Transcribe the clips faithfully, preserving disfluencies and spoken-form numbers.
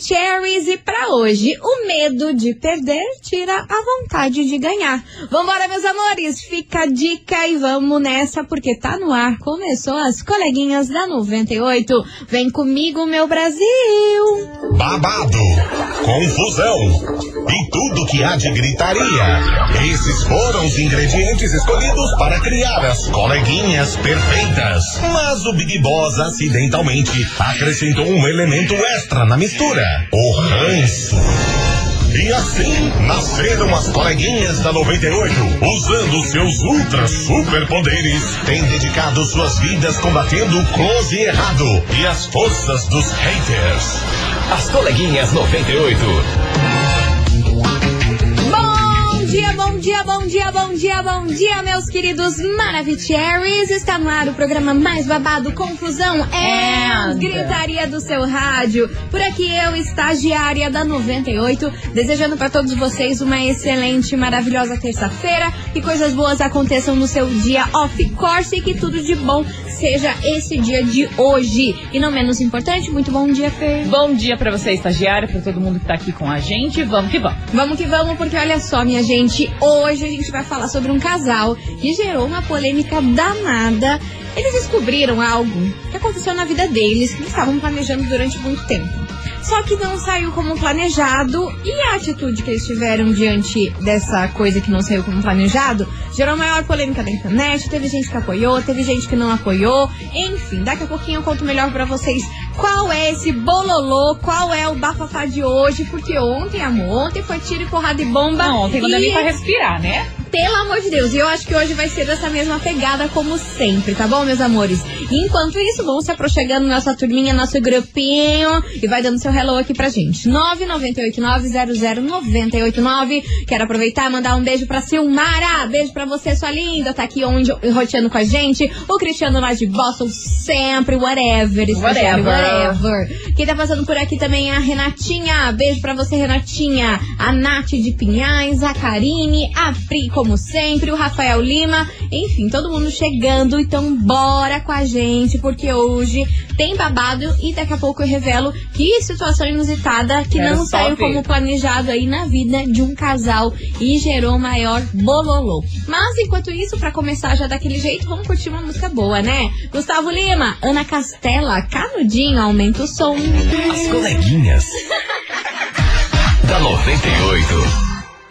Maravicheries, e pra hoje, o medo de perder tira a vontade de ganhar. Vambora, meus amores, fica a dica e vamos nessa, porque tá no ar. Começou as coleguinhas da noventa e oito. Vem comigo, meu Brasil! Babado, confusão e tudo que há de gritaria. Esses foram os ingredientes escolhidos para criar as coleguinhas perfeitas. Mas o Big Boss acidentalmente acrescentou um elemento extra na mistura: o ranço. E assim nasceram as coleguinhas da noventa e oito, usando seus ultra superpoderes, têm dedicado suas vidas combatendo o close e errado e as forças dos haters. As coleguinhas noventa e oito. Bom dia, bom dia, bom dia, bom dia, bom dia, meus queridos Maravicheries. Está no ar o programa mais babado, confusão é gritaria do seu rádio. Por aqui eu, estagiária da noventa e oito, desejando para todos vocês uma excelente, maravilhosa terça-feira, que coisas boas aconteçam no seu dia off course e que tudo de bom seja esse dia de hoje. E não menos importante, muito bom dia, Fer. Bom dia pra você, estagiária, pra todo mundo que tá aqui com a gente. Vamos que vamos. Vamos que vamos, porque olha só, minha gente, hoje a gente vai falar sobre um casal que gerou uma polêmica danada. Eles descobriram algo que aconteceu na vida deles, que eles estavam planejando durante muito tempo. Só que não saiu como planejado, e a atitude que eles tiveram diante dessa coisa que não saiu como planejado gerou a maior polêmica da internet. Teve gente que apoiou, teve gente que não apoiou. Enfim, daqui a pouquinho eu conto melhor pra vocês qual é esse bololô, qual é o bafafá de hoje, porque ontem, amor, ontem foi tiro e porrada e bomba. Não, ontem não deu nem pra respirar, né? Pelo amor de Deus, e eu acho que hoje vai ser dessa mesma pegada como sempre, tá bom, meus amores? E enquanto isso, vão se aproximando nossa turminha, nosso grupinho, e vai dando seu hello aqui pra gente. nove nove oito nove zero zero nove oito nove. Quero aproveitar e mandar um beijo pra Silmara. Beijo pra você, sua linda, tá aqui onde, roteando com a gente. O Cristiano lá de Boston, sempre, whatever. Whatever. whatever. Quem tá passando por aqui também é a Renatinha. Beijo pra você, Renatinha. A Nath de Pinhais, a Karine, a Pri, como sempre, o Rafael Lima, enfim, todo mundo chegando. Então bora com a gente, porque hoje tem babado e daqui a pouco eu revelo que situação inusitada que Quero não saiu ver. como planejado aí na vida de um casal e gerou maior bololô. Mas enquanto isso, pra começar já daquele jeito, vamos curtir uma música boa, né? Gustavo Lima, Ana Castela, Canudinho, aumenta o som. As coleguinhas da noventa e oito.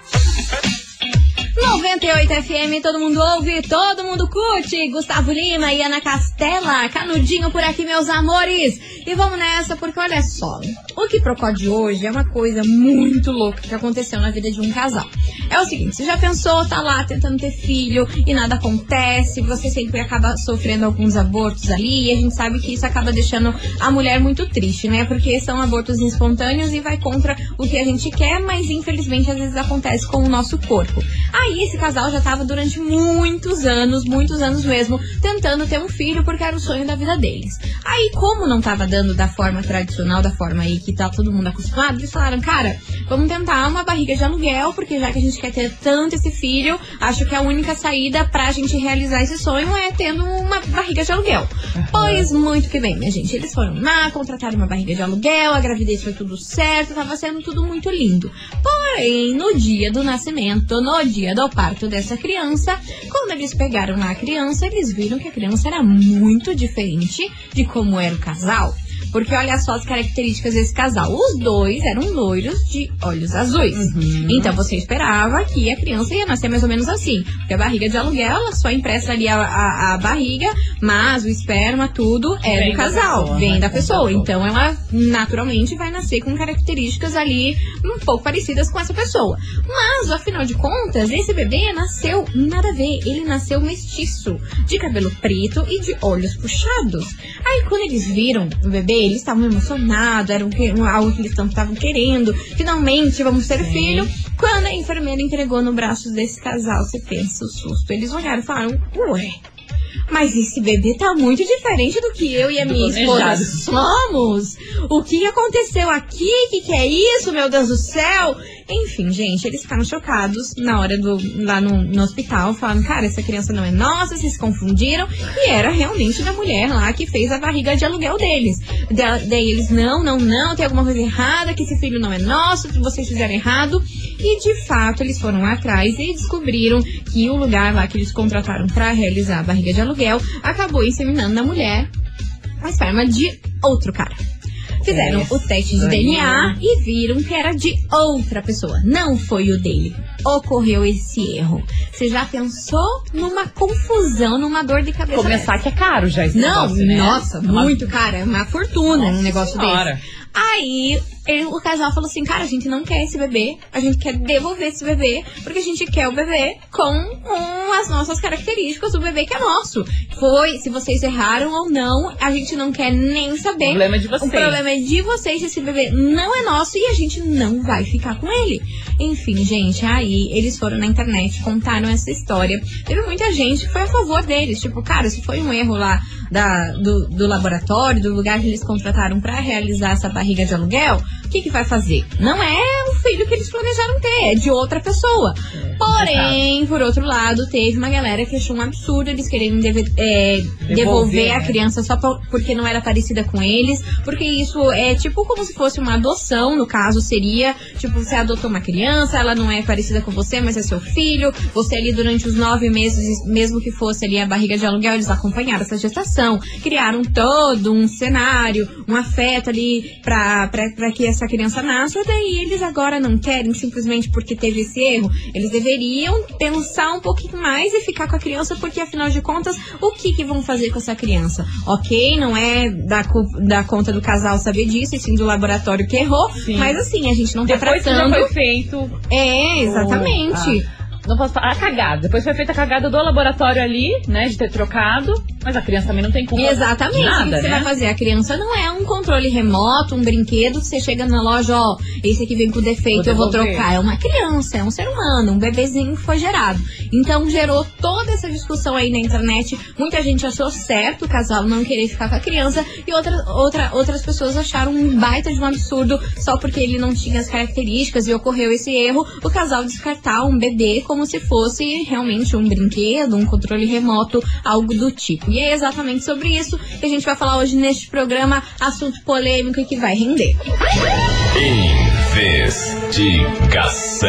noventa e oito F M, todo mundo ouve, todo mundo curte. Gustavo Lima e Ana Castela, Canudinho por aqui, meus amores. E vamos nessa, porque olha só, o que procode hoje é uma coisa muito louca que aconteceu na vida de um casal. É o seguinte, você já pensou, tá lá tentando ter filho e nada acontece, você sempre acaba sofrendo alguns abortos ali, e a gente sabe que isso acaba deixando a mulher muito triste, né? Porque são abortos espontâneos e vai contra o que a gente quer, mas infelizmente às vezes acontece com o nosso corpo. Aí esse casal já tava durante muitos anos, muitos anos mesmo, tentando ter um filho porque era o sonho da vida deles. Aí, como não tava dando da forma tradicional, da forma aí que tá todo mundo acostumado, eles falaram, cara, vamos tentar uma barriga de aluguel, porque já que a gente quer ter tanto esse filho, acho que a única saída pra gente realizar esse sonho é tendo uma barriga de aluguel. Uhum. Pois muito que bem, minha gente, eles foram lá, contrataram uma barriga de aluguel, a gravidez foi tudo certo, tava sendo tudo muito lindo. Porém, no dia do nascimento, no dia do parto dessa criança, quando eles pegaram lá a criança, eles viram que a criança era muito diferente de como era o casal. Porque olha só as características desse casal. Os dois eram loiros de olhos azuis. Uhum. Então você esperava que a criança ia nascer mais ou menos assim. Porque a barriga de aluguel, ela só impressa ali a, a, a barriga, mas o esperma, tudo é vem do casal. Pessoa, vem né? da pessoa. Então ela naturalmente vai nascer com características ali um pouco parecidas com essa pessoa. Mas, afinal de contas, esse bebê nasceu nada a ver. Ele nasceu mestiço, de cabelo preto e de olhos puxados. Aí quando eles viram o bebê, eles estavam emocionados, era um, algo que eles estavam querendo. Finalmente vamos ter Sim. filho. Quando a enfermeira entregou no braço desse casal, você pensa o susto. Eles olharam e falaram, ué, mas esse bebê tá muito diferente do que eu e a minha esposa somos. O que aconteceu aqui? O que, que é isso, meu Deus do céu? Enfim, gente, eles ficaram chocados na hora do lá no, no hospital, falando, cara, essa criança não é nossa, vocês se confundiram, e era realmente da mulher lá que fez a barriga de aluguel deles. Da, daí eles, não, não, não, tem alguma coisa errada, que esse filho não é nosso, que vocês fizeram errado. E de fato eles foram atrás e descobriram que o lugar lá que eles contrataram para realizar a barriga de aluguel acabou inseminando na mulher a esperma de outro cara. Fizeram é, o teste de D N A e viram que era de outra pessoa. Não foi o dele. Ocorreu esse erro. Você já pensou numa confusão, numa dor de cabeça? Começar dessa? Que é caro já esse Não, negócio, né? Nossa, uma... muito caro. É uma fortuna um negócio senhora. desse. Aí ele, o casal falou assim, cara, a gente não quer esse bebê, a gente quer devolver esse bebê, porque a gente quer o bebê com um, as nossas características do bebê que é nosso. Foi, se vocês erraram ou não, a gente não quer nem saber. O problema é de vocês. O problema é de vocês, esse bebê não é nosso e a gente não vai ficar com ele. Enfim, gente, aí eles foram na internet, contaram essa história. Teve muita gente que foi a favor deles, tipo, cara, se foi um erro lá da, do, do laboratório, do lugar que eles contrataram pra realizar essa barriga de aluguel, o que que vai fazer? Não é o filho que eles planejaram ter, é de outra pessoa. É, Porém, por outro lado, teve uma galera que achou um absurdo eles quererem deve, é, devolver, devolver a né? criança só por, porque não era parecida com eles, porque isso é tipo como se fosse uma adoção, no caso seria, tipo, você adotou uma criança, ela não é parecida com você, mas é seu filho, você ali durante os nove meses, mesmo que fosse ali a barriga de aluguel, eles acompanharam essa gestação, criaram todo um cenário, um afeto ali pra, pra, pra que essa criança nasça, daí eles agora não querem, simplesmente porque teve esse erro, eles deveriam pensar um pouquinho mais e ficar com a criança, porque afinal de contas, o que que vão fazer com essa criança? Ok, não é da, da conta do casal saber disso, e sim do laboratório que errou, sim. Mas assim, a gente não tá Depois tratando... Depois que já foi feito... É, exatamente. Oh, ah. Não posso falar, a cagada. Depois foi feita a cagada do laboratório ali, né, de ter trocado, mas a criança também não tem culpa. Exatamente. De nada, o que você né? vai fazer? A criança não é um controle remoto, um brinquedo, você chega na loja, ó, esse aqui vem com defeito, eu vou trocar. É uma criança, é um ser humano, um bebezinho que foi gerado. Então gerou toda essa discussão aí na internet. Muita gente achou certo o casal não querer ficar com a criança e outra, outra, outras pessoas acharam um baita de um absurdo só porque ele não tinha as características e ocorreu esse erro, o casal descartar um bebê como se fosse realmente um brinquedo, um controle remoto, algo do tipo. E é exatamente sobre isso que a gente vai falar hoje neste programa, assunto polêmico e que vai render. Investigação.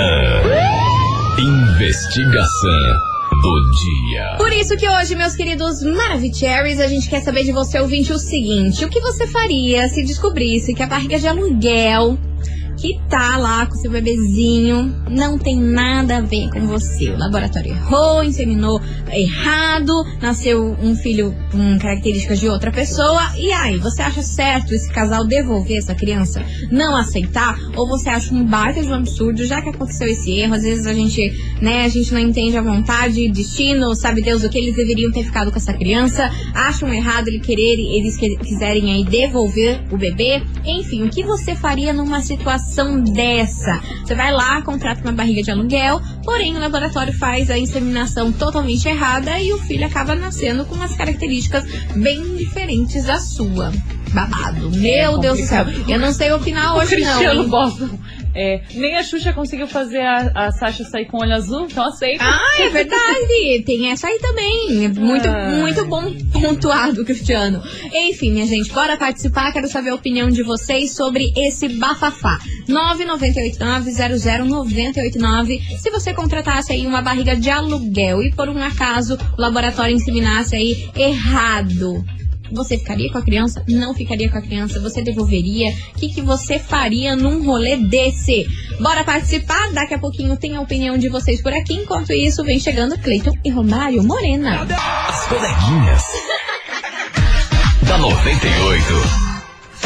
Investigação do dia. Por isso que hoje, meus queridos Maravicheries, a gente quer saber de você, ouvinte, o seguinte: o que você faria se descobrisse que a barriga de aluguel que tá lá com seu bebezinho não tem nada a ver com você? O laboratório errou, inseminou errado, nasceu um filho com características de outra pessoa. E aí, você acha certo esse casal devolver essa criança, não aceitar? Ou você acha um baita de um absurdo, já que aconteceu esse erro? Às vezes a gente, né, a gente não entende a vontade, destino, sabe Deus o que eles deveriam ter ficado com essa criança, acham errado ele querer, eles quiserem aí devolver o bebê. Enfim, o que você faria numa situação dessa? Você vai lá, contrata uma barriga de aluguel, porém o laboratório faz a inseminação totalmente errada e o filho acaba nascendo com umas características bem diferentes da sua. Babado. Meu é Deus do céu. Eu não sei opinar hoje, não. Cristiano Boston. É, nem a Xuxa conseguiu fazer a, a Sasha sair com olho azul, então aceita. Ah, é verdade. Tem essa aí também. Muito, ah. muito bom pontuado, Cristiano. Enfim, minha gente, bora participar. Quero saber a opinião de vocês sobre esse bafafá. nove nove oito nove zero zero nove oito nove. Se você contratasse aí uma barriga de aluguel e por um acaso o laboratório inseminasse aí errado, você ficaria com a criança? Não ficaria com a criança? Você devolveria? O que, que você faria num rolê desse? Bora participar? Daqui a pouquinho tem a opinião de vocês por aqui. Enquanto isso, vem chegando Cleiton e Romário Morena. As coleguinhas da noventa e oito.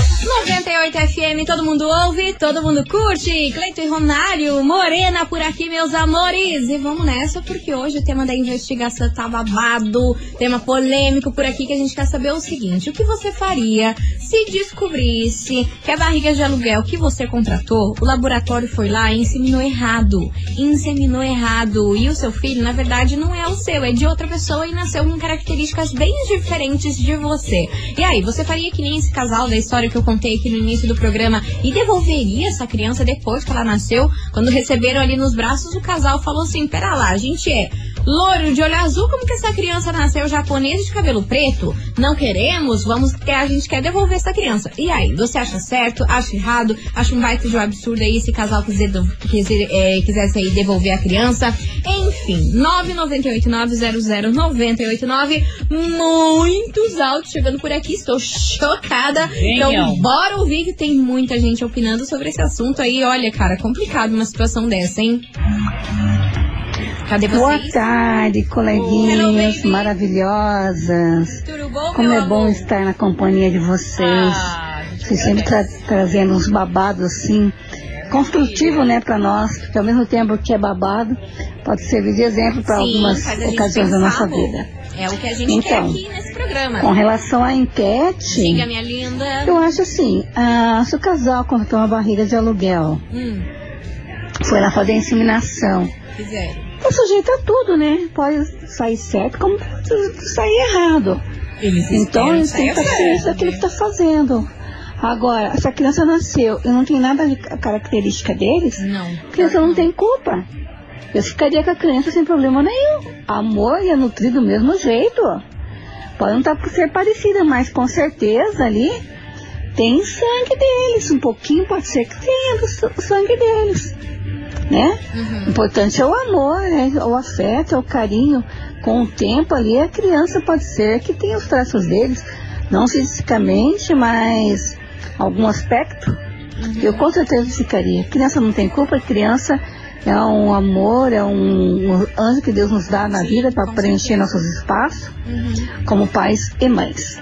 noventa e oito F M, todo mundo ouve, todo mundo curte. Cleito e Romário, Morena por aqui, meus amores. E vamos nessa, porque hoje o tema da investigação tá babado, tema polêmico por aqui, que a gente quer saber o seguinte: o que você faria se descobrisse que a barriga de aluguel que você contratou, o laboratório foi lá e inseminou errado, inseminou errado, e o seu filho, na verdade, não é o seu, é de outra pessoa e nasceu com características bem diferentes de você. E aí, você faria que nem esse casal da história que eu contei aqui no início do programa e devolveria essa criança depois que ela nasceu? Quando receberam ali nos braços, o casal falou assim: pera lá, a gente é loiro de olho azul, como que essa criança nasceu japonesa de cabelo preto? Não queremos, vamos, a gente quer devolver essa criança. E aí, você acha certo, acha errado, acha um baita de um absurdo aí se casal quiser, quiser, é, quisesse aí devolver a criança? Enfim, nove nove oito nove zero zero nove oito nove, muitos áudios chegando por aqui, estou chocada. Venham. Então bora ouvir, que tem muita gente opinando sobre esse assunto aí. Olha, cara, complicado uma situação dessa, hein? Cadê vocês? Boa tarde, coleguinhas Hello, maravilhosas. Tudo bom, Como meu é bom amor? estar na companhia de vocês. Ah, Vocês sempre tra trazendo uns babados assim, construtivo, né, pra nós, porque ao mesmo tempo que é babado, pode servir de exemplo para algumas faz a gente ocasiões da pensar, nossa amor. vida. É o que a gente Então, quer aqui nesse programa. Com relação à enquete, Diga, minha linda. eu acho assim, ah, se o casal contratou uma barriga de aluguel, Hum, foi lá fazer a inseminação, quiser. tá sujeito a tudo, né? Pode sair certo como pode sair errado. Eles Então, esperam ele sair tem paciência daquilo que está fazendo. Agora, se a criança nasceu e não tem nada de característica deles, Não. a criança não tem culpa. Eu ficaria com a criança sem problema nenhum. Amor ia nutrir do mesmo jeito. Pode não estar por ser parecida, mas com certeza ali tem sangue deles. Um pouquinho pode ser que tenha do sangue deles, né? Uhum. O importante é o amor, né? O afeto, é o carinho. Com o tempo ali, a criança pode ser que tenha os traços deles, não fisicamente, mas algum aspecto. Uhum. Eu com certeza ficaria. Criança não tem culpa, criança é um amor, é um, um anjo que Deus nos dá na Sim, vida para preencher certeza. nossos espaços, Uhum. como pais e mães.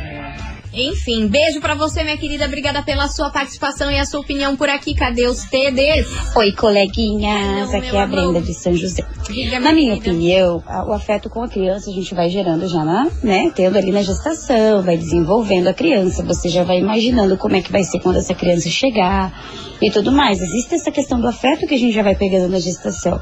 Enfim, beijo pra você, minha querida. Obrigada pela sua participação e a sua opinião por aqui. Cadê os T Ds? Oi, coleguinhas, Hello, aqui meu é a Brenda amor. de São José. Diga, Na minha querida. opinião, a- o afeto com a criança a gente vai gerando já, na, né? Tendo ali na gestação, vai desenvolvendo a criança, você já vai imaginando como é que vai ser quando essa criança chegar e tudo mais. Existe essa questão do afeto que a gente já vai pegando na gestação.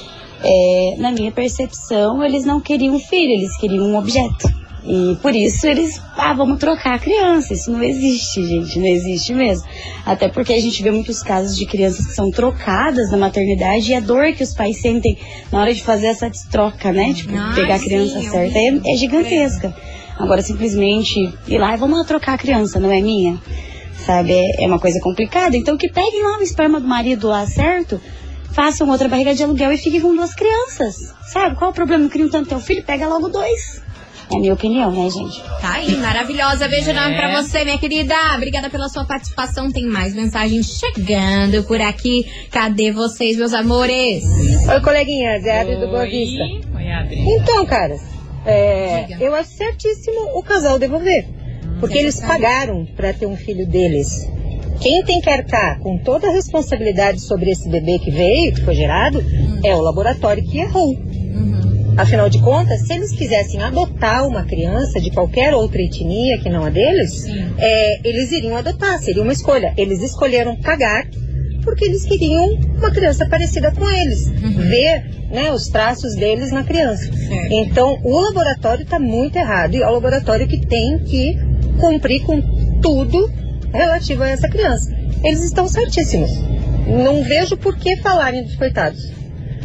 É, na minha percepção, eles não queriam um filho, eles queriam um objeto. E por isso eles, ah, vamos trocar a criança. Isso não existe, gente, não existe mesmo. Até porque a gente vê muitos casos de crianças que são trocadas na maternidade e a dor que os pais sentem na hora de fazer essa troca, né? Tipo, Ah, pegar a sim, criança eu certa vi. é, é gigantesca. Agora, simplesmente ir lá e vamos lá trocar a criança, não é minha? Sabe, é, é uma coisa complicada. Então que peguem lá o esperma do marido lá, certo? Façam outra barriga de aluguel e fiquem com duas crianças. Sabe, qual o problema? Criam tanto teu filho, pega logo dois. É a minha opinião, né, gente? Tá aí, maravilhosa. Beijo É. enorme pra você, minha querida. Obrigada pela sua participação. Tem mais mensagens chegando por aqui. Cadê vocês, meus amores? Oi, coleguinhas, é a Adri do Boa Vista. Oi, Oi, Adri. Então, caras, é, Diga. eu acho certíssimo o casal devolver. Porque eles pagaram para ter um filho deles. Quem tem que arcar com toda a responsabilidade sobre esse bebê que veio, que foi gerado, é o laboratório que errou. Afinal de contas, se eles quisessem adotar uma criança de qualquer outra etnia que não a deles, é, eles iriam adotar, seria uma escolha. Eles escolheram pagar porque eles queriam uma criança parecida com eles, ver, né, os traços deles na criança. Certo. Então, o laboratório está muito errado e é o laboratório que tem que cumprir com tudo relativo a essa criança. Eles estão certíssimos. Não vejo por que falarem dos coitados.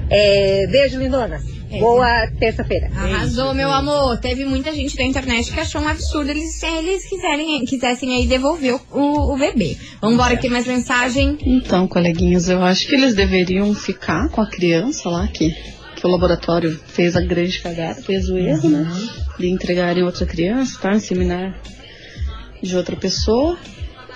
É, beijo, lindonas. É, Boa terça-feira. Arrasou, meu amor. Teve muita gente da internet que achou um absurdo eles, eles quiserem, quisessem aí devolver o, o, o bebê. Vambora, aqui mais mensagem. Então, coleguinhas, eu acho que eles deveriam ficar com a criança lá, que, que o laboratório fez a grande cagada, fez o erro, Uhum. né? De entregarem outra criança, tá? Inseminar de outra pessoa.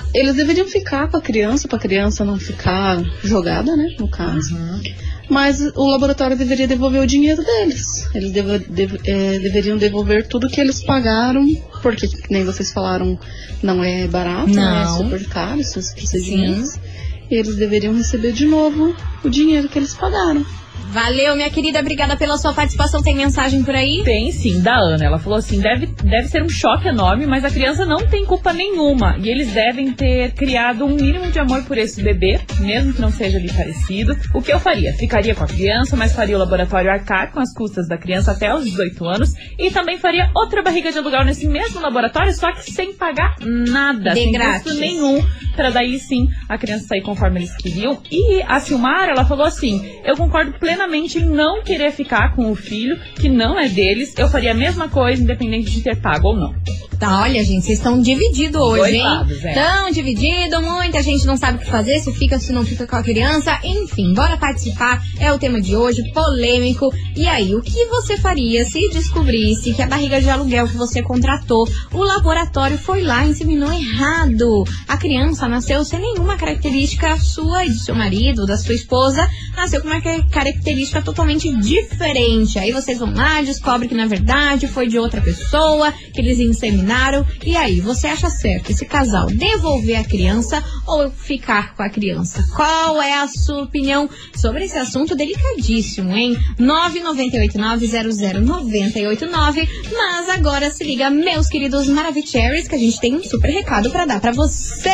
Eles deveriam ficar com a criança, para a criança não ficar jogada, né, no caso. Uhum. Mas o laboratório deveria devolver o dinheiro deles. Eles deve, deve, é, deveriam devolver tudo que eles pagaram, porque, nem vocês falaram, não é barato, não. É super caro esses procedimentos. Sim. E eles deveriam receber de novo o dinheiro que eles pagaram. Valeu, minha querida, obrigada pela sua participação. Tem mensagem por aí? Tem sim, da Ana. Ela falou assim, deve, deve ser um choque enorme, mas a criança não tem culpa nenhuma. E eles devem ter criado um mínimo de amor por esse bebê, mesmo que não seja ali parecido. O que eu faria? Ficaria com a criança, mas faria o laboratório arcar com as custas da criança até os dezoito anos. E também faria outra barriga de aluguel nesse mesmo laboratório, só que sem pagar nada. De sem grátis. custo nenhum. Pra daí sim a criança sair conforme eles queriam. E a Silmara, ela falou assim, eu concordo plenamente em não querer ficar com o filho que não é deles. Eu faria a mesma coisa, independente de ter pago ou não. Tá, olha, gente, vocês estão divididos hoje, hein? Lados, é. Estão divididos, muita gente não sabe o que fazer, se fica, se não fica com a criança. Enfim, bora participar, é o tema de hoje, polêmico. E aí, o que você faria se descobrisse que a barriga de aluguel que você contratou, o laboratório foi lá e inseminou errado? A criança nasceu sem nenhuma característica sua e do seu marido, da sua esposa, nasceu com uma característica totalmente diferente. Aí vocês vão lá, descobrem que na verdade foi de outra pessoa, que eles inseminaram. E aí, você acha certo esse casal devolver a criança ou ficar com a criança? Qual é a sua opinião sobre esse assunto delicadíssimo, hein? nove nove oito nove zero zero nove oito nove. Mas agora se liga, meus queridos Maravicheries, que a gente tem um super recado pra dar pra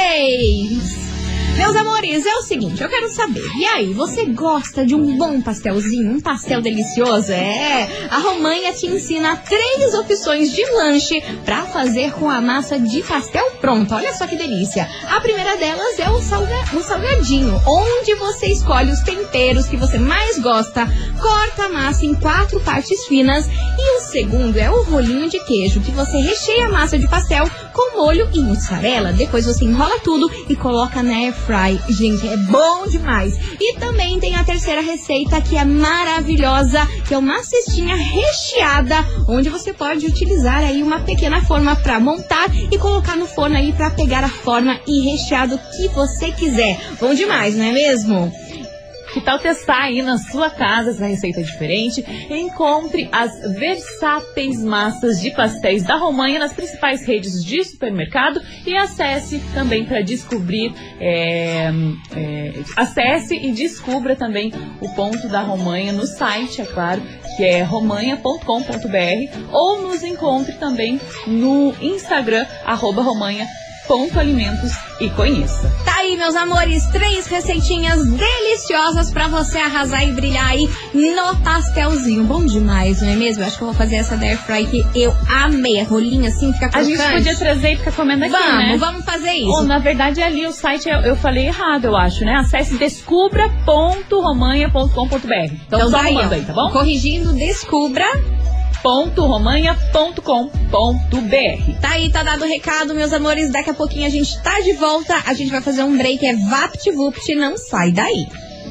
vocês. Meus amores, é o seguinte, eu quero saber, e aí, você gosta de um bom pastelzinho, um pastel delicioso? É, a Romanha te ensina três opções de lanche pra fazer com a massa de pastel pronta. Olha só que delícia. A primeira delas é o, salga, o salgadinho, onde você escolhe os temperos que você mais gosta, corta a massa em quatro partes finas, e o segundo é o rolinho de queijo, que você recheia a massa de pastel com molho e mussarela. Depois você enrola tudo e coloca na air fry. Gente, é bom demais. E também tem a terceira receita, que é maravilhosa, que é uma cestinha recheada, onde você pode utilizar aí uma pequena forma para montar e colocar no forno aí para pegar a forma e recheado que você quiser. Bom demais, não é mesmo? Que tal testar aí na sua casa essa receita diferente? Encontre as versáteis massas de pastéis da Romanha nas principais redes de supermercado e acesse também para descobrir, é, é, acesse e descubra também o ponto da Romanha no site, é claro, que é romanha ponto com ponto br, ou nos encontre também no Instagram, arroba romanha ponto alimentos, e conheça. Tá aí, meus amores, três receitinhas deliciosas pra você arrasar e brilhar aí no pastelzinho. Bom demais, não é mesmo? Eu acho que eu vou fazer essa da air fry que eu amei. A rolinha assim, fica crocante. A gente podia trazer e ficar comendo aqui, vamos, né? Vamos fazer isso. Ou, na verdade, ali o site, eu, eu falei errado, eu acho, né? Acesse descubra ponto romanha ponto com ponto br. Então, então só aí, manda aí, tá bom? Corrigindo, descubra ponto romanha ponto com ponto br. Tá aí, tá dado o recado, meus amores. Daqui a pouquinho a gente tá de volta. A gente vai fazer um break, é VaptVupt, não sai daí.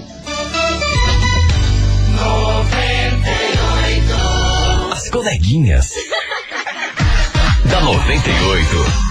As coleguinhas da noventa e oito.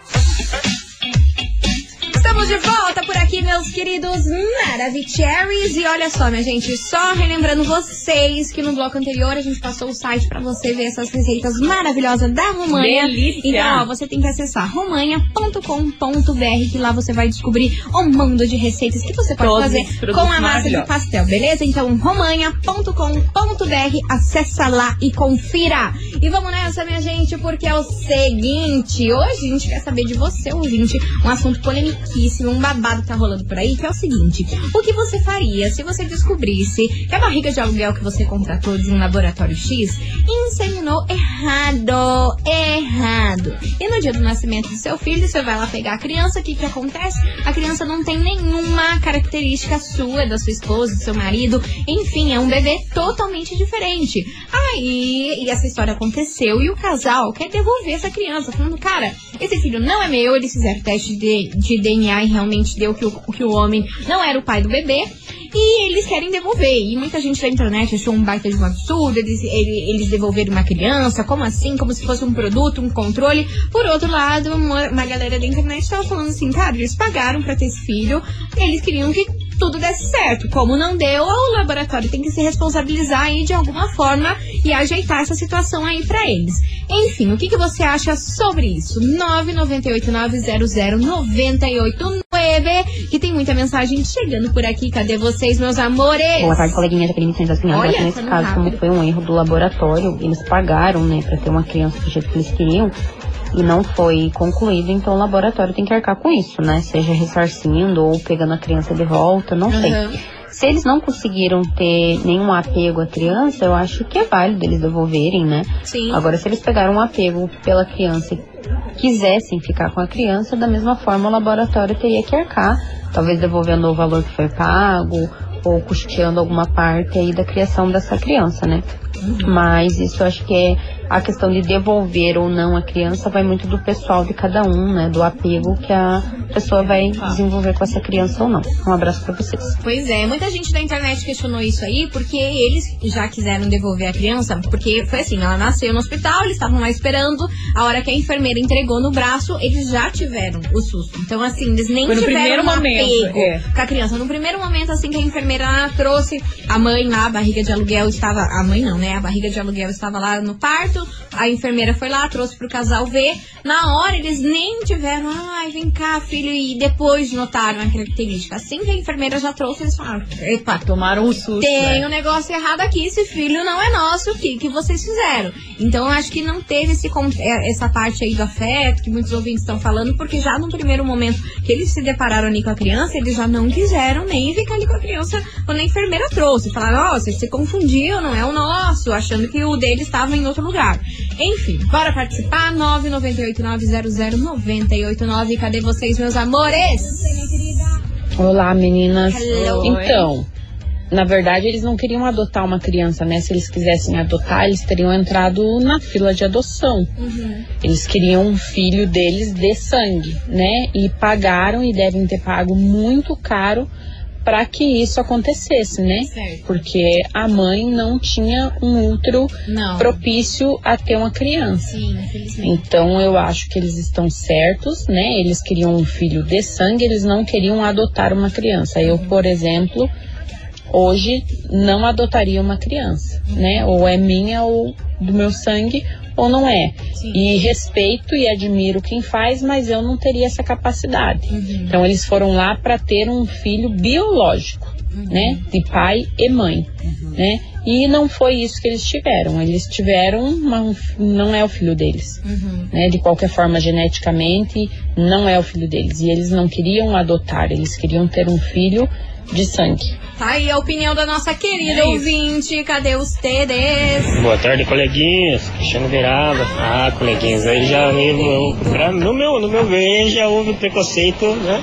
Estamos de volta por aqui, meus queridos Maravicheries. E olha só, minha gente, só relembrando vocês que no bloco anterior a gente passou o site pra você ver essas receitas maravilhosas da Romanha. Delícia. Então, ó, você tem que acessar romanha ponto com ponto br, que lá você vai descobrir um mundo de receitas que você pode Todos fazer com a massa de pastel, beleza? Então, romanha ponto com ponto br, acessa lá e confira. E vamos nessa, minha gente, porque é o seguinte, hoje a gente quer saber de você, ouvinte, um assunto polêmico, um babado que tá rolando por aí, que é o seguinte: o que você faria se você descobrisse que a barriga de aluguel que você contratou de um laboratório X inseminou errado, errado. E no dia do nascimento do seu filho, você vai lá pegar a criança, o que que acontece? A criança não tem nenhuma característica sua, da sua esposa, do seu marido, enfim, é um bebê totalmente diferente. Aí, e essa história aconteceu e o casal quer devolver essa criança, falando, cara, esse filho não é meu, eles fizeram teste de, de D N A e realmente deu que o, que o homem não era o pai do bebê. e eles querem devolver. E muita gente da internet achou um baita de um absurdo, eles, eles, eles devolverem uma criança, como assim? Como se fosse um produto, um controle. Por outro lado, uma, uma galera da internet estava falando assim, cara, eles pagaram pra ter esse filho, eles queriam que tudo desse certo. Como não deu, o laboratório tem que se responsabilizar aí de alguma forma e ajeitar essa situação aí pra eles. Enfim, o que, que você acha sobre isso? nove nove oito nove zero zero nove oito nove, que tem muita mensagem chegando por aqui. Cadê vocês, meus amores? Boa tarde, coleguinha Jaqueline Santos Pinhal. Olha, nesse caso, como foi um erro do laboratório, eles pagaram, né, pra ter uma criança do jeito que eles queriam, e não foi concluído, então o laboratório tem que arcar com isso, né? Seja ressarcindo ou pegando a criança de volta, não sei. Uhum. Se eles não conseguiram ter nenhum apego à criança, eu acho que é válido eles devolverem, né? Sim. Agora, se eles pegaram um apego pela criança e quisessem ficar com a criança, da mesma forma o laboratório teria que arcar, talvez devolvendo o valor que foi pago, ou custeando alguma parte aí da criação dessa criança, né? Uhum. Mas isso eu acho que é a questão de devolver ou não a criança vai muito do pessoal de cada um, né? Do apego que a pessoa vai desenvolver com essa criança ou não. Um abraço pra vocês. Pois é, muita gente da internet questionou isso aí, porque eles já quiseram devolver a criança, porque foi assim, ela nasceu no hospital, eles estavam lá esperando, a hora que a enfermeira entregou no braço, eles já tiveram o susto. Então assim, eles nem foi no tiveram um momento, apego é. com a criança. No primeiro momento, assim, que a enfermeira trouxe, a mãe lá, a barriga de aluguel estava, a mãe não, né? A barriga de aluguel estava lá no parto, a enfermeira foi lá, trouxe pro casal ver. Na hora, eles nem tiveram, ai, vem cá, filho, e depois notaram a característica. Assim que a enfermeira já trouxe, eles falaram, epa, tomaram o susto. tem né? um negócio errado aqui, esse filho não é nosso, o que, que vocês fizeram? Então, eu acho que não teve esse, essa parte aí do afeto, que muitos ouvintes estão falando, porque já no primeiro momento que eles se depararam ali com a criança, eles já não quiseram nem ficar ali com a criança quando a enfermeira trouxe. Falaram, ó, oh, você se confundiu, não é o nosso, achando que o dele estava em outro lugar. Enfim, bora participar, nove nove oito nove zero zero nove oito nove. Cadê vocês, meus amores? Olá, meninas. Hello. Então, na verdade, eles não queriam adotar uma criança, né? Se eles quisessem adotar, eles teriam entrado na fila de adoção. Uhum. Eles queriam um filho deles de sangue, né? E pagaram e devem ter pago muito caro para que isso acontecesse, né? Certo. Porque a mãe não tinha um útero Não. propício a ter uma criança. Sim, infelizmente. Então eu acho que eles estão certos, né? Eles queriam um filho de sangue, eles não queriam adotar uma criança. Eu, por exemplo, hoje não adotaria uma criança, né? Ou é minha ou do meu sangue, ou não é. Sim. E respeito e admiro quem faz, mas eu não teria essa capacidade. Uhum. Então eles foram lá para ter um filho biológico, uhum. né? De pai e mãe, uhum. né? E não foi isso que eles tiveram. Eles tiveram uma, não é o filho deles, Uhum. né? De qualquer forma, geneticamente, não é o filho deles. E eles não queriam adotar, eles queriam ter um filho de sangue. Tá aí a opinião da nossa querida É ouvinte. Cadê os T Ds? Boa tarde, coleguinhas. Cristiano Verava. Ah, coleguinhas, aí já mesmo, pra, no meu, no meu ver, já houve preconceito, né?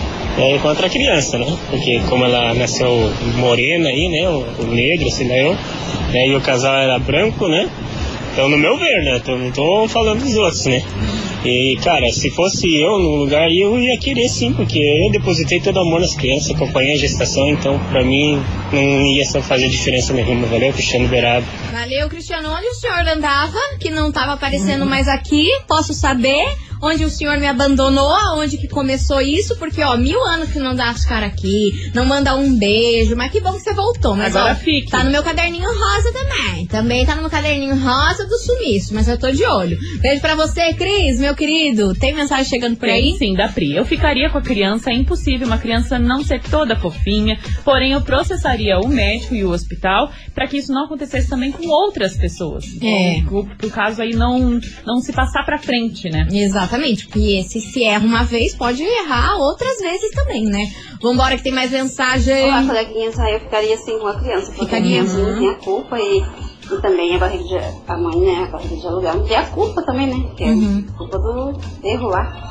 É, contra a criança, né? Porque como ela nasceu morena aí, né? O, o negro, sei lá eu, né? E o casal era branco, né? Então, no meu ver, né? Tô, não tô falando dos outros, né? E, cara, se fosse eu no lugar, eu ia querer sim, porque eu depositei todo o amor nas crianças, acompanhei a gestação, então, pra mim, não ia só fazer diferença nenhuma. Valeu, Cristiano Beraba. Valeu, Cristiano. Onde o senhor andava, que não tava aparecendo mais aqui? Posso saber onde o senhor me abandonou? Aonde que começou isso? Porque, ó, mil anos que não dá as caras aqui, não manda um beijo, mas que bom que você voltou. Mas, Agora ó, fique. tá no meu caderninho rosa também. Também tá no meu caderninho rosa do sumiço, mas eu tô de olho. Beijo pra você, Cris, meu querido. Tem mensagem chegando por aí? Tem, sim, da Pri. Eu ficaria com a criança, é impossível uma criança não ser toda fofinha, porém eu processaria o médico e o hospital para que isso não acontecesse também com outras pessoas. É. Por, por caso aí não, não se passar pra frente, né? Exatamente, porque esse se erra uma vez, pode errar outras vezes também, né? Vambora que tem mais mensagem. Olá, coleguinhas, aí eu ficaria assim com a criança, porque Ficaria, a criança uhum. não tem a culpa e, e também a barriga de, a mãe, né, a barriga de aluguel não tem a culpa também, né, que é Uhum. culpa do erro lá.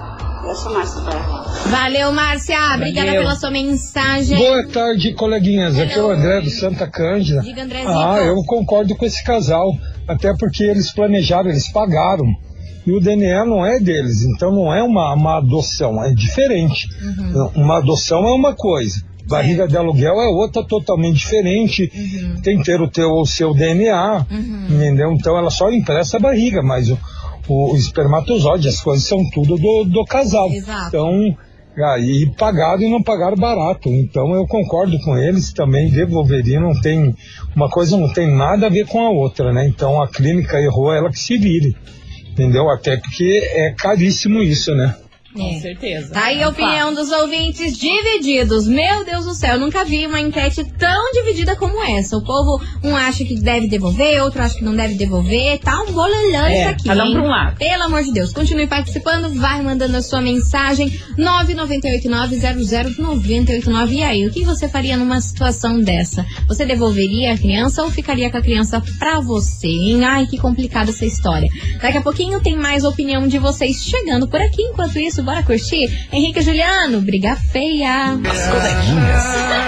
Eu sou Márcia pra errar. Valeu, Márcia. Obrigada Valeu. pela sua mensagem. Boa tarde, coleguinhas. Aqui é o André do Santa Cândida. Diga, Andrezinho. Ah, eu concordo com esse casal. Até porque eles planejaram, eles pagaram. E o D N A não é deles, então não é uma, uma adoção, é diferente. Uhum. Uma adoção é uma coisa. Barriga de aluguel é outra totalmente diferente, uhum. tem que ter o, teu, o seu D N A, uhum. entendeu? Então ela só empresta a barriga, mas o, o espermatozoide, as coisas são tudo do, do casal. Exato. Então, aí pagaram e não pagaram barato. Então eu concordo com eles, também devolveria, não tem, uma coisa não tem nada a ver com a outra, né? Então a clínica errou, ela que se vire, entendeu? Até porque é caríssimo isso, né? Com é. certeza. Tá aí a opinião dos ouvintes divididos. Meu Deus do céu, eu nunca vi uma enquete tão dividida como essa. O povo, um acha que deve devolver, outro acha que não deve devolver. Tá um bololhão é, isso aqui, cada um hein? pra um lado. Pelo amor de Deus, continue participando, vai mandando a sua mensagem nove nove oito nove zero zero nove oito nove. E aí, o que você faria numa situação dessa? Você devolveria a criança ou ficaria com a criança pra você, hein? Ai, que complicada essa história. Daqui a pouquinho tem mais opinião de vocês chegando por aqui. Enquanto isso, bora curtir? Henrique e Juliano, briga feia. As coleguinhas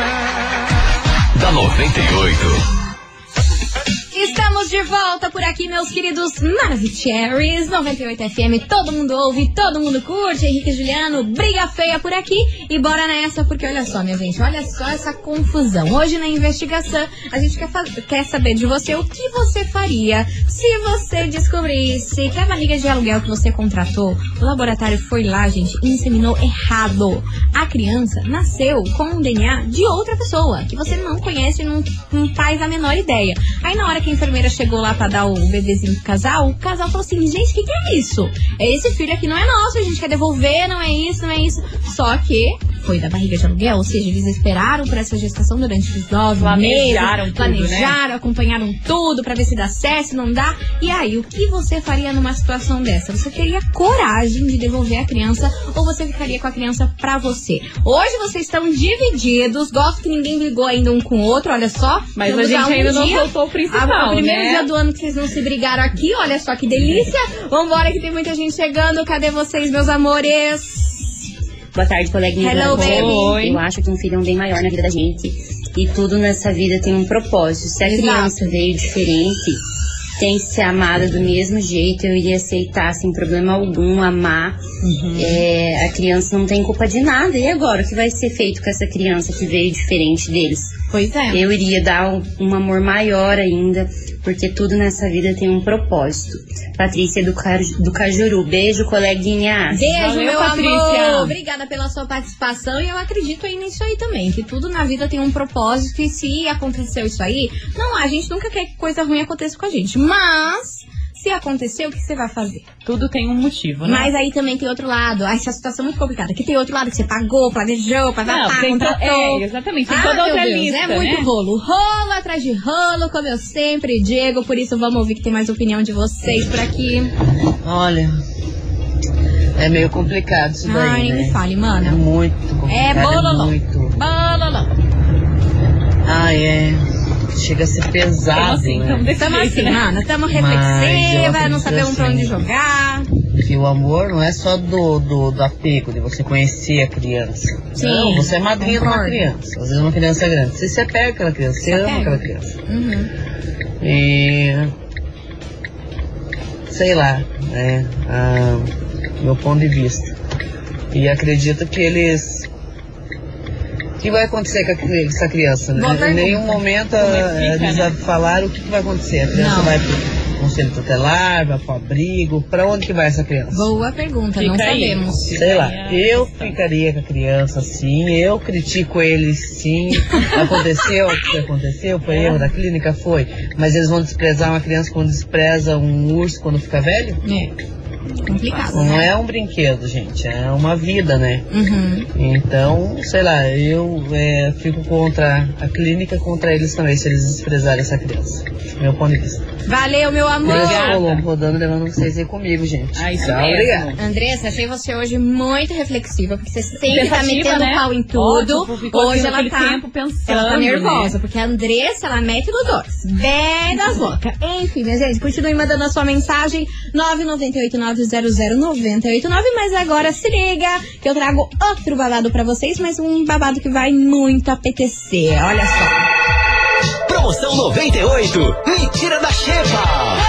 da noventa e oito. Estamos de volta por aqui, meus queridos Maravicheries, noventa e oito F M, todo mundo ouve, todo mundo curte. Henrique e Juliano, briga feia por aqui. E bora nessa, porque olha só, minha gente, olha só essa confusão. Hoje na investigação, a gente quer, quer saber de você o que você faria se você descobrisse que a barriga de aluguel que você contratou, o laboratório foi lá, gente, e inseminou errado. A criança nasceu com um D N A de outra pessoa, que você não conhece e não, não faz a menor ideia. Aí na hora que a enfermeira chegou lá pra dar o bebezinho pro casal, o casal falou assim, gente, o que, que é isso? Esse filho aqui não é nosso, a gente quer devolver, não é isso, não é isso. Só que foi da barriga de aluguel, ou seja, eles esperaram por essa gestação durante os nove planejaram meses, tudo, planejaram, né? acompanharam tudo pra ver se dá certo, se não dá. E aí, o que você faria numa situação dessa? Você teria coragem de devolver a criança ou você ficaria com a criança pra você? Hoje vocês estão divididos, gosto que ninguém brigou ainda um com o outro, olha só. Mas a gente ainda não soltou o principal, a, o primeiro né? dia do ano que vocês não se brigaram aqui, olha só que delícia. Vambora que tem muita gente chegando, cadê vocês, meus amores? Boa tarde, coleguinha. Hello, baby. Oi. Eu acho que um filho é um bem maior na vida da gente. E tudo nessa vida tem um propósito. Se a Exato. criança veio diferente, tem que ser amada do mesmo jeito. Eu iria aceitar sem problema algum, amar. Uhum. É, a criança não tem culpa de nada. E agora, o que vai ser feito com essa criança que veio diferente deles? Pois é. Eu iria dar um, um amor maior ainda, porque tudo nessa vida tem um propósito. Patrícia do, Caju, do Cajuru. Beijo, coleguinha. Beijo, Valeu, meu Patrícia. amor. Obrigada pela sua participação. E eu acredito aí nisso aí também, que tudo na vida tem um propósito. E se aconteceu isso aí, não, a gente nunca quer que coisa ruim aconteça com a gente. Mas se aconteceu, o que você vai fazer? Tudo tem um motivo, né? Mas aí também tem outro lado. Essa é situação é muito complicada. Aqui tem outro lado que você pagou, planejou, pra Não, pagar, tem to- contratou. é, exatamente, tem ah, toda meu outra Deus, lista, é muito né? rolo. Rolo atrás de rolo, como eu sempre digo. Por isso vamos ouvir que tem mais opinião de vocês por aqui. Olha, é meio complicado isso daí, Ai, né? me fale, É mana. muito complicado. É bololó. É muito. Bololó. Ai, é... Chega a ser pesado, assim, né? tamo desse Tamo jeito, assim, né? mana. Tamo Mas eu reflexiva, não acredito sabemos pra assim, onde jogar. Que o amor não é só do, do, do apego, de você conhecer a criança. Sim, não, você é madrinha de uma concordo. criança. Às vezes uma criança é grande. Você se apega àquela criança, você Se ama apega. aquela criança. Uhum. E... Sei lá, né? Ah, meu ponto de vista. E acredito que eles... O que vai acontecer com a- essa criança? Boa Né? Em pergunta. nenhum momento Como é que ah, fica, eles né? falaram o que, que vai acontecer. A criança Não. vai pro conselho tutelar, vai pro abrigo. Pra onde que vai essa criança? Boa pergunta, Fica não aí. sabemos. Sei lá, Fica aí a eu questão. ficaria com a criança sim, eu critico eles sim. Aconteceu o que aconteceu, foi erro da clínica, foi. Mas eles vão desprezar uma criança quando despreza um urso quando fica velho? É. Complicado, Não né? é um brinquedo, gente, é uma vida, né? Uhum. Então, sei lá, eu é, fico contra a clínica, contra eles também, se eles desprezarem essa criança. Meu ponto de vista. Valeu, meu amor. Obrigada. Colombo rodando, levando vocês aí comigo, gente. Ah, isso Tchau, mesmo. obrigado. Andressa, achei você hoje muito reflexiva, porque você sempre tá Pensativa, metendo né? pau em tudo. Ótimo, ficou Hoje aqui ela naquele tá, tempo pensando, ela tá nervosa, né? porque a Andressa, ela mete no dois. Bem das loucas. Enfim, minha gente, continue mandando a sua mensagem nove nove oito nove zero zero nove oito nove, mas agora se liga que eu trago outro babado pra vocês, mas um babado que vai muito apetecer. Olha só. Promoção noventa e oito. Me tira da xepa. Meus queridos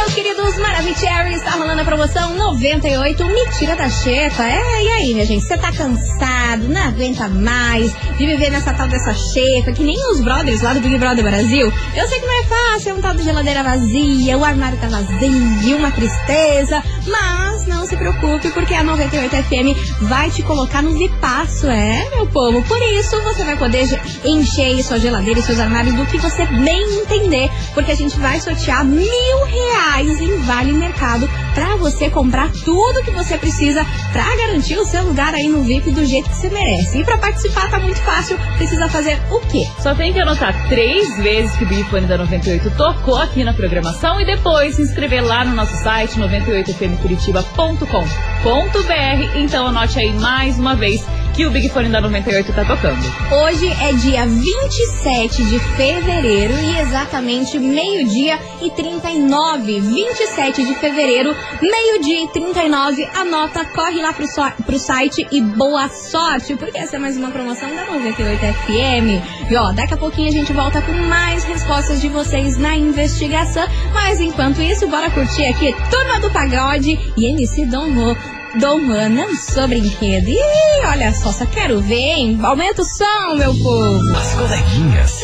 queridos Maravicheries, está rolando a promoção noventa e oito, me tira da xepa. É, e aí, minha gente, você tá cansado, não aguenta mais de viver nessa tal dessa xepa, que nem os brothers lá do Big Brother Brasil? Eu sei que não é fácil, é um tal de geladeira vazia, o armário tá vazio, uma tristeza, mas não se preocupe, porque a noventa e oito F M vai te colocar no Vipasso, é, meu povo? Por isso, você vai poder encher sua geladeira e seus armários do que você bem entender, porque a gente vai sortear mil reais em Vale Mercado pra você comprar tudo que você precisa pra garantir o seu lugar aí no V I P do jeito que você merece. E pra participar tá muito fácil, precisa fazer o quê? Só tem que anotar três vezes que o Big Fone da noventa e oito tocou aqui na programação e depois se inscrever lá no nosso site noventa e oito f m curitiba ponto com ponto b r. Então anote aí mais uma vez que o Big Fone da noventa e oito tá tocando. Hoje é dia vinte e sete de fevereiro e exatamente meio-dia e trinta e nove. vinte e sete de fevereiro, meio-dia e trinta e nove. Anota, corre lá pro, so, pro site e boa sorte, porque essa é mais uma promoção da noventa e oito F M. E ó, daqui a pouquinho a gente volta com mais respostas de vocês na investigação. Mas enquanto isso, bora curtir aqui Turma do Pagode e M C Dom Rô. Dom Juan, não sou brinquedo. Ih, olha só, só quero ver, hein? Aumenta o som, meu povo. As coleguinhas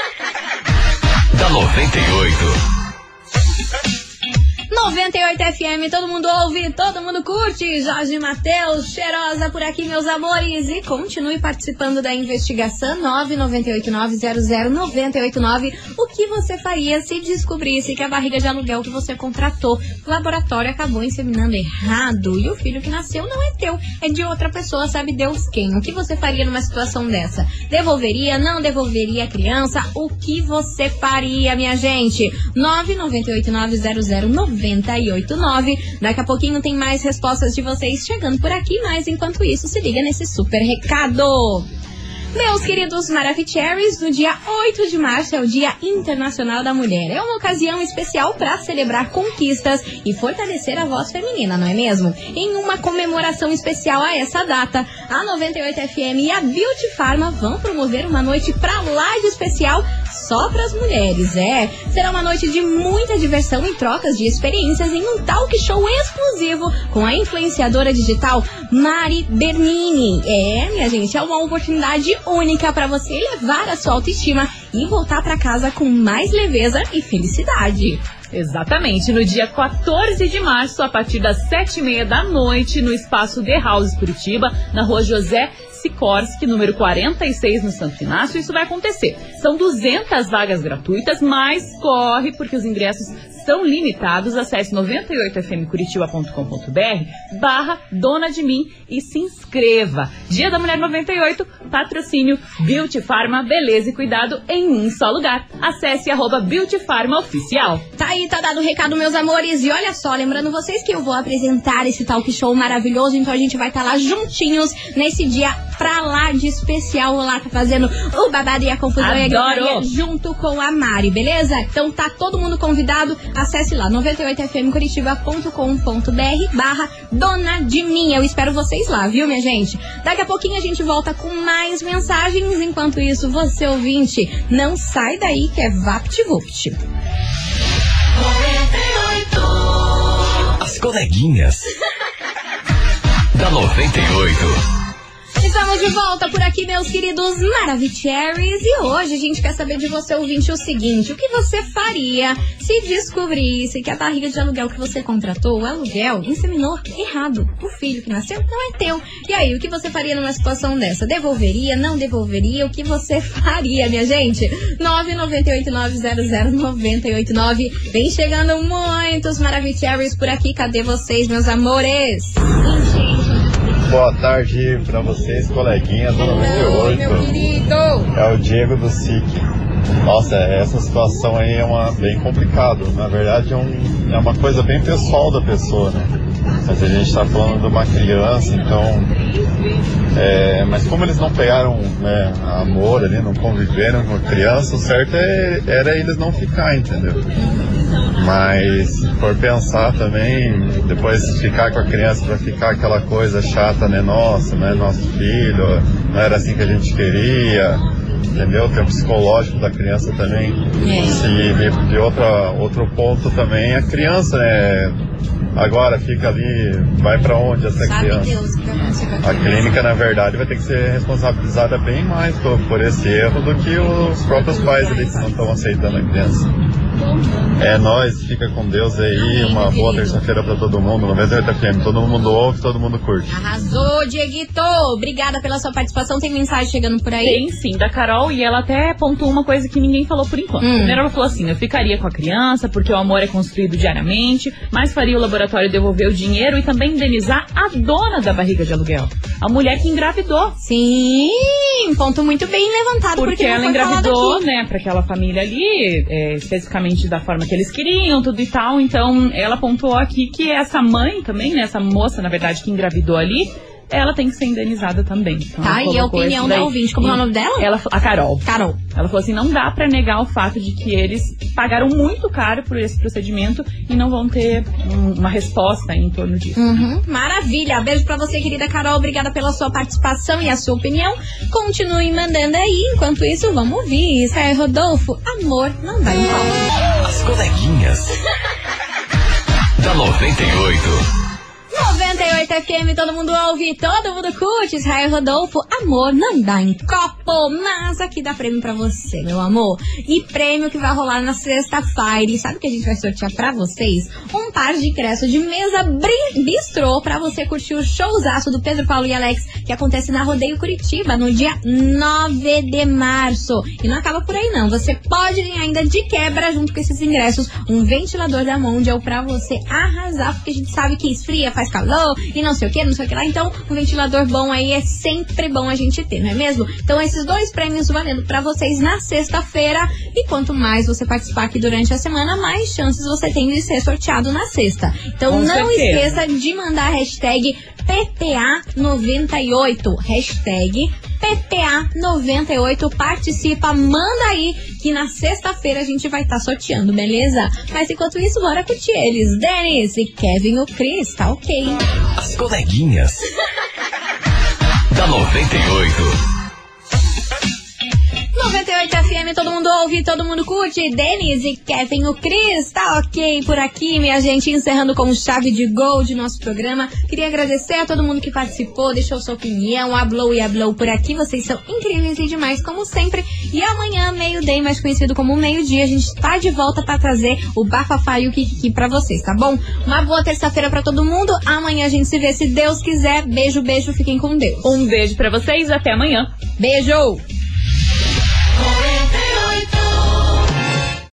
da noventa e oito. noventa e oito F M, todo mundo ouve, todo mundo curte. Jorge Mateus, cheirosa por aqui, meus amores. E continue participando da investigação. Nove nove oito nove zero zero nove oito nove. O que você faria se descobrisse que a barriga de aluguel que você contratou, o laboratório acabou inseminando errado e o filho que nasceu não é teu, é de outra pessoa, sabe Deus quem? O que você faria numa situação dessa? Devolveria, não devolveria a criança? O que você faria, minha gente? Nove nove oito nove zero zero nove oito nove. Daqui a pouquinho tem mais respostas de vocês chegando por aqui, mas enquanto isso, se liga nesse super recado. Meus queridos Maravicheries, no dia oito de março é o Dia Internacional da Mulher. É uma ocasião especial para celebrar conquistas e fortalecer a voz feminina, não é mesmo? Em uma comemoração especial a essa data, a noventa e oito F M e a Beauty Pharma vão promover uma noite pra lá de especial só para as mulheres, é. Será uma noite de muita diversão e trocas de experiências em um talk show exclusivo com a influenciadora digital Mari Bernini. É, minha gente, é uma oportunidade única para você elevar a sua autoestima e voltar para casa com mais leveza e felicidade. Exatamente, no dia quatorze de março, a partir das sete e meia da noite, no espaço The House Curitiba, na rua José Sikorsky, número quarenta e seis, no Santo Inácio, isso vai acontecer. São duzentas vagas gratuitas, mas corre porque os ingressos são limitados. Acesse noventa e oito f m curitiba ponto com ponto b r barra Dona de Mim e se inscreva. Dia da Mulher noventa e oito, patrocínio Beauty Pharma, beleza e cuidado em um só lugar. Acesse arroba Beauty Pharma Oficial. Tá aí, tá dado o recado, meus amores. E olha só, lembrando vocês que eu vou apresentar esse talk show maravilhoso, então a gente vai estar tá lá juntinhos nesse dia pra lá de especial. Vou lá tá fazendo o babado e a confusão e a gritaria junto com a Mari, beleza? Então tá todo mundo convidado. Acesse lá noventa e oito f m curitiba ponto com ponto b r barra Dona de Mim. Eu espero vocês lá, viu, minha gente? Daqui a pouquinho a gente volta com mais mensagens. Enquanto isso, você ouvinte, não sai daí que é VaptVupt. As coleguinhas da noventa e oito. Estamos de volta por aqui, meus queridos Maravicheries. E hoje a gente quer saber de você, ouvinte, o seguinte: o que você faria se descobrisse que a barriga de aluguel que você contratou, o aluguel, inseminou errado? O filho que nasceu não é teu. E aí, o que você faria numa situação dessa? Devolveria, não devolveria? O que você faria, minha gente? nove nove oito nove zero zero nove oito nove. Vem chegando muitos Maravicheries por aqui. Cadê vocês, meus amores? Gente. Boa tarde pra vocês, coleguinhas do noventa e oito. Meu querido. É o Diego do S I C. Nossa, essa situação aí é uma, bem complicado. Na verdade é, um, é uma coisa bem pessoal da pessoa, né? Mas a gente tá falando de uma criança, então... É, mas como eles não pegaram, né, amor ali, não conviveram com a criança, o certo é, era eles não ficar, entendeu? Mas se for pensar também, depois ficar com a criança pra ficar aquela coisa chata, né? Nossa, né? Nosso filho, não era assim que a gente queria. entendeu? Tem o psicológico da criança também. É. Se de, de outra, outro ponto também, a criança, né? Agora fica ali, vai pra onde essa Sabe criança? Deus o que vai acontecer com a A criança. clínica, na verdade, vai ter que ser responsabilizada bem mais por, por esse erro do que os próprios pais ali que não estão aceitando a criança. É nóis, fica com Deus aí, uma boa terça-feira pra todo mundo, noventa e oito F M, todo mundo ouve, todo mundo curte. Arrasou, Dieguito! Obrigada pela sua participação. Tem mensagem chegando por aí? Tem sim, da Carol, e ela até pontuou uma coisa que ninguém falou por enquanto. Hum. Primeiro ela falou assim, eu ficaria com a criança porque o amor é construído diariamente, mas faria o laboratório devolver o dinheiro e também indenizar a dona da barriga de aluguel, a mulher que engravidou. Sim, ponto muito bem levantado. Porque, porque ela não foi falado engravidou, aqui. né, pra aquela família ali, é, especificamente da forma que eles queriam, tudo e tal. Então, ela pontuou aqui que essa mãe também, né, essa moça, na verdade, que engravidou ali, ela tem que ser indenizada também. Então, Tá, e a opinião da ouvinte, como é o nome dela? Ela, a Carol. Carol. Ela falou assim, não dá pra negar o fato de que eles pagaram muito caro por esse procedimento e não vão ter um, uma resposta em torno disso. Uhum, maravilha. Beijo pra você, querida Carol. Obrigada pela sua participação e a sua opinião. Continue mandando aí. Enquanto isso, vamos ouvir Israel Rodolfo. Amor não vai embora. As coleguinhas da noventa e oito. noventa e oito F M, todo mundo ouve, todo mundo curte. Israel Rodolfo, amor não dá em copo, mas aqui dá prêmio pra você, meu amor. E prêmio que vai rolar na sexta-feira. E sabe o que a gente vai sortear pra vocês? Um par de ingressos de mesa bri- bistrô pra você curtir o showzaço do Pedro, Paulo e Alex, que acontece na Rodeio Curitiba no dia nove de março. E não acaba por aí não, você pode ganhar ainda de quebra junto com esses ingressos um ventilador da Mondial pra você arrasar, porque a gente sabe que esfria, faz calor e não sei o que, não sei o que lá. Então, um ventilador bom aí é sempre bom a gente ter, não é mesmo? Então, esses dois prêmios valendo pra vocês na sexta-feira. E quanto mais você participar aqui durante a semana, mais chances você tem de ser sorteado na sexta. Então, Com não certeza. esqueça de mandar a hashtag P P A noventa e oito. Hashtag P P A noventa e oito. Participa, manda aí que na sexta-feira a gente vai estar tá sorteando, beleza? Mas enquanto isso, bora curtir eles. Denis e Kevin, o Chris, tá ok. As coleguinhas da noventa e oito. noventa e oito F M, todo mundo ouve, todo mundo curte. Denis e Kevin, o Cris, tá ok por aqui, minha gente, encerrando com chave de gol de nosso programa. Queria agradecer a todo mundo que participou, deixou sua opinião, hablou e hablou por aqui. Vocês são incríveis e demais, como sempre. E amanhã, meio-dia, mais conhecido como meio-dia, a gente tá de volta pra trazer o bafafá e o kikiki pra vocês, tá bom? Uma boa terça-feira pra todo mundo. Amanhã a gente se vê, se Deus quiser. Beijo, beijo, fiquem com Deus. Um beijo pra vocês, até amanhã. Beijo!